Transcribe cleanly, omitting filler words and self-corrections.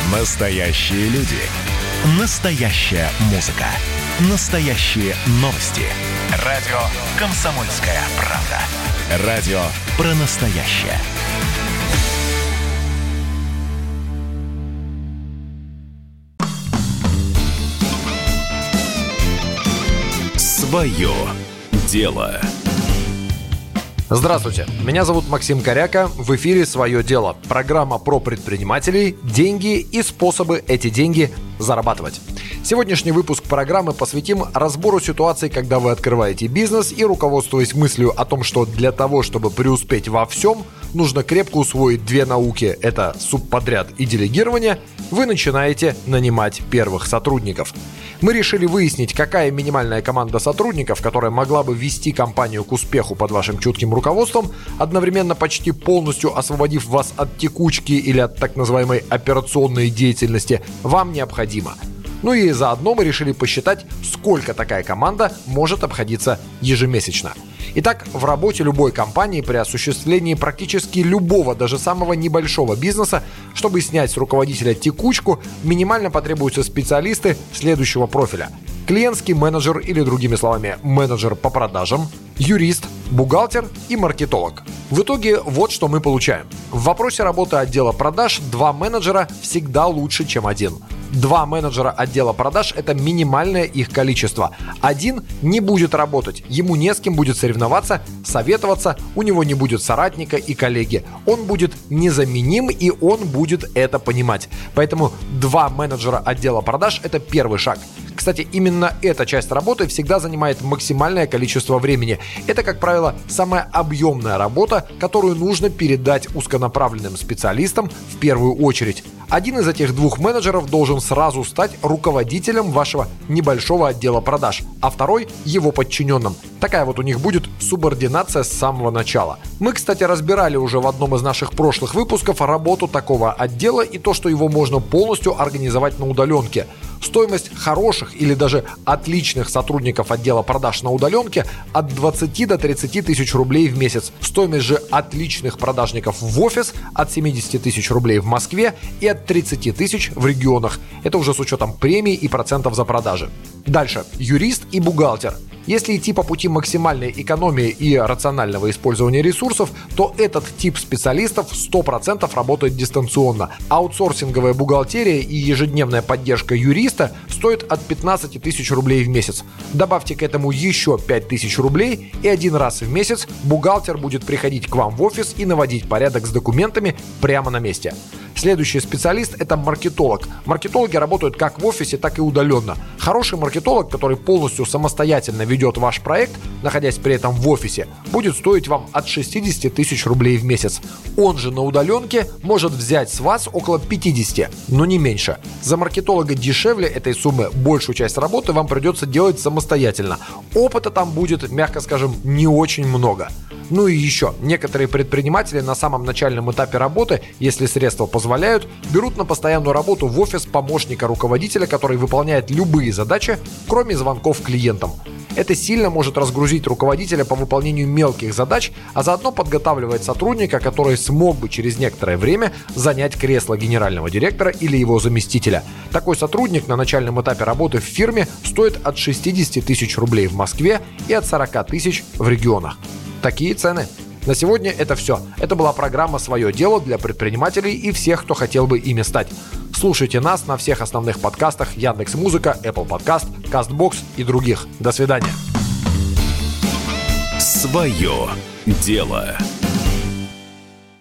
Настоящие люди. Настоящая музыка. Настоящие новости. Радио «Комсомольская правда». Радио про настоящее. Свое дело. Здравствуйте, меня зовут Максим Коряка, в эфире «Свое дело». Программа про предпринимателей, деньги и способы эти деньги зарабатывать. Сегодняшний выпуск программы посвятим разбору ситуаций, когда вы открываете бизнес и, руководствуясь мыслью о том, что для того, чтобы преуспеть во всем, нужно крепко усвоить две науки – это субподряд и делегирование, вы начинаете нанимать первых сотрудников. Мы решили выяснить, какая минимальная команда сотрудников, которая могла бы вести компанию к успеху под вашим чутким руководством, одновременно почти полностью освободив вас от текучки или от так называемой операционной деятельности, вам необходима. Ну и заодно мы решили посчитать, сколько такая команда может обходиться ежемесячно. Итак, в работе любой компании при осуществлении практически любого, даже самого небольшого бизнеса, чтобы снять с руководителя текучку, минимально потребуются специалисты следующего профиля. Клиентский менеджер или, другими словами, менеджер по продажам, юрист, бухгалтер и маркетолог. В итоге вот что мы получаем. В вопросе работы отдела продаж 2 менеджера всегда лучше, чем 1. 2 менеджера отдела продаж – это минимальное их количество. 1 не будет работать, ему не с кем будет соревноваться, советоваться, у него не будет соратника и коллеги. Он будет незаменим, и он будет это понимать. Поэтому 2 менеджера отдела продаж – это первый шаг. Кстати, именно эта часть работы всегда занимает максимальное количество времени. Это, как правило, самая объемная работа, которую нужно передать узконаправленным специалистам в первую очередь. Один из этих 2 менеджеров должен сразу стать руководителем вашего небольшого отдела продаж, а второй – его подчиненным. Такая вот у них будет субординация с самого начала. Мы, кстати, разбирали уже в одном из наших прошлых выпусков работу такого отдела и то, что его можно полностью организовать на удаленке. Стоимость хороших или даже отличных сотрудников отдела продаж на удаленке от 20 до 30 тысяч рублей в месяц. Стоимость же отличных продажников в офис от 70 тысяч рублей в Москве и от 30 тысяч в регионах. Это уже с учетом премий и процентов за продажи. Дальше. Юрист и бухгалтер. Если идти по пути максимальной экономии и рационального использования ресурсов, то этот тип специалистов 100% работает дистанционно. Аутсорсинговая бухгалтерия и ежедневная поддержка юриста стоит от 15 тысяч рублей в месяц. Добавьте к этому еще 5 тысяч рублей, и 1 раз в месяц бухгалтер будет приходить к вам в офис и наводить порядок с документами прямо на месте. Следующий специалист – это маркетолог. Маркетологи работают как в офисе, так и удаленно. Хороший маркетолог, который полностью самостоятельно ведет ваш проект, находясь при этом в офисе, будет стоить вам от 60 тысяч рублей в месяц. Он же на удаленке может взять с вас около 50, но не меньше. За маркетолога дешевле этой суммы, большую часть работы вам придется делать самостоятельно. Опыта там будет, мягко скажем, не очень много. Ну и еще, некоторые предприниматели на самом начальном этапе работы, если средства позволяют, берут на постоянную работу в офис помощника руководителя, который выполняет любые задачи, кроме звонков клиентам. Это сильно может разгрузить руководителя по выполнению мелких задач, а заодно подготавливает сотрудника, который смог бы через некоторое время занять кресло генерального директора или его заместителя. Такой сотрудник на начальном этапе работы в фирме стоит от 60 тысяч рублей в Москве и от 40 тысяч в регионах. Такие цены. На сегодня это все. Это была программа «Свое дело» для предпринимателей и всех, кто хотел бы ими стать. Слушайте нас на всех основных подкастах Яндекс.Музыка, Apple Podcast, Castbox и других. До свидания. Свое дело.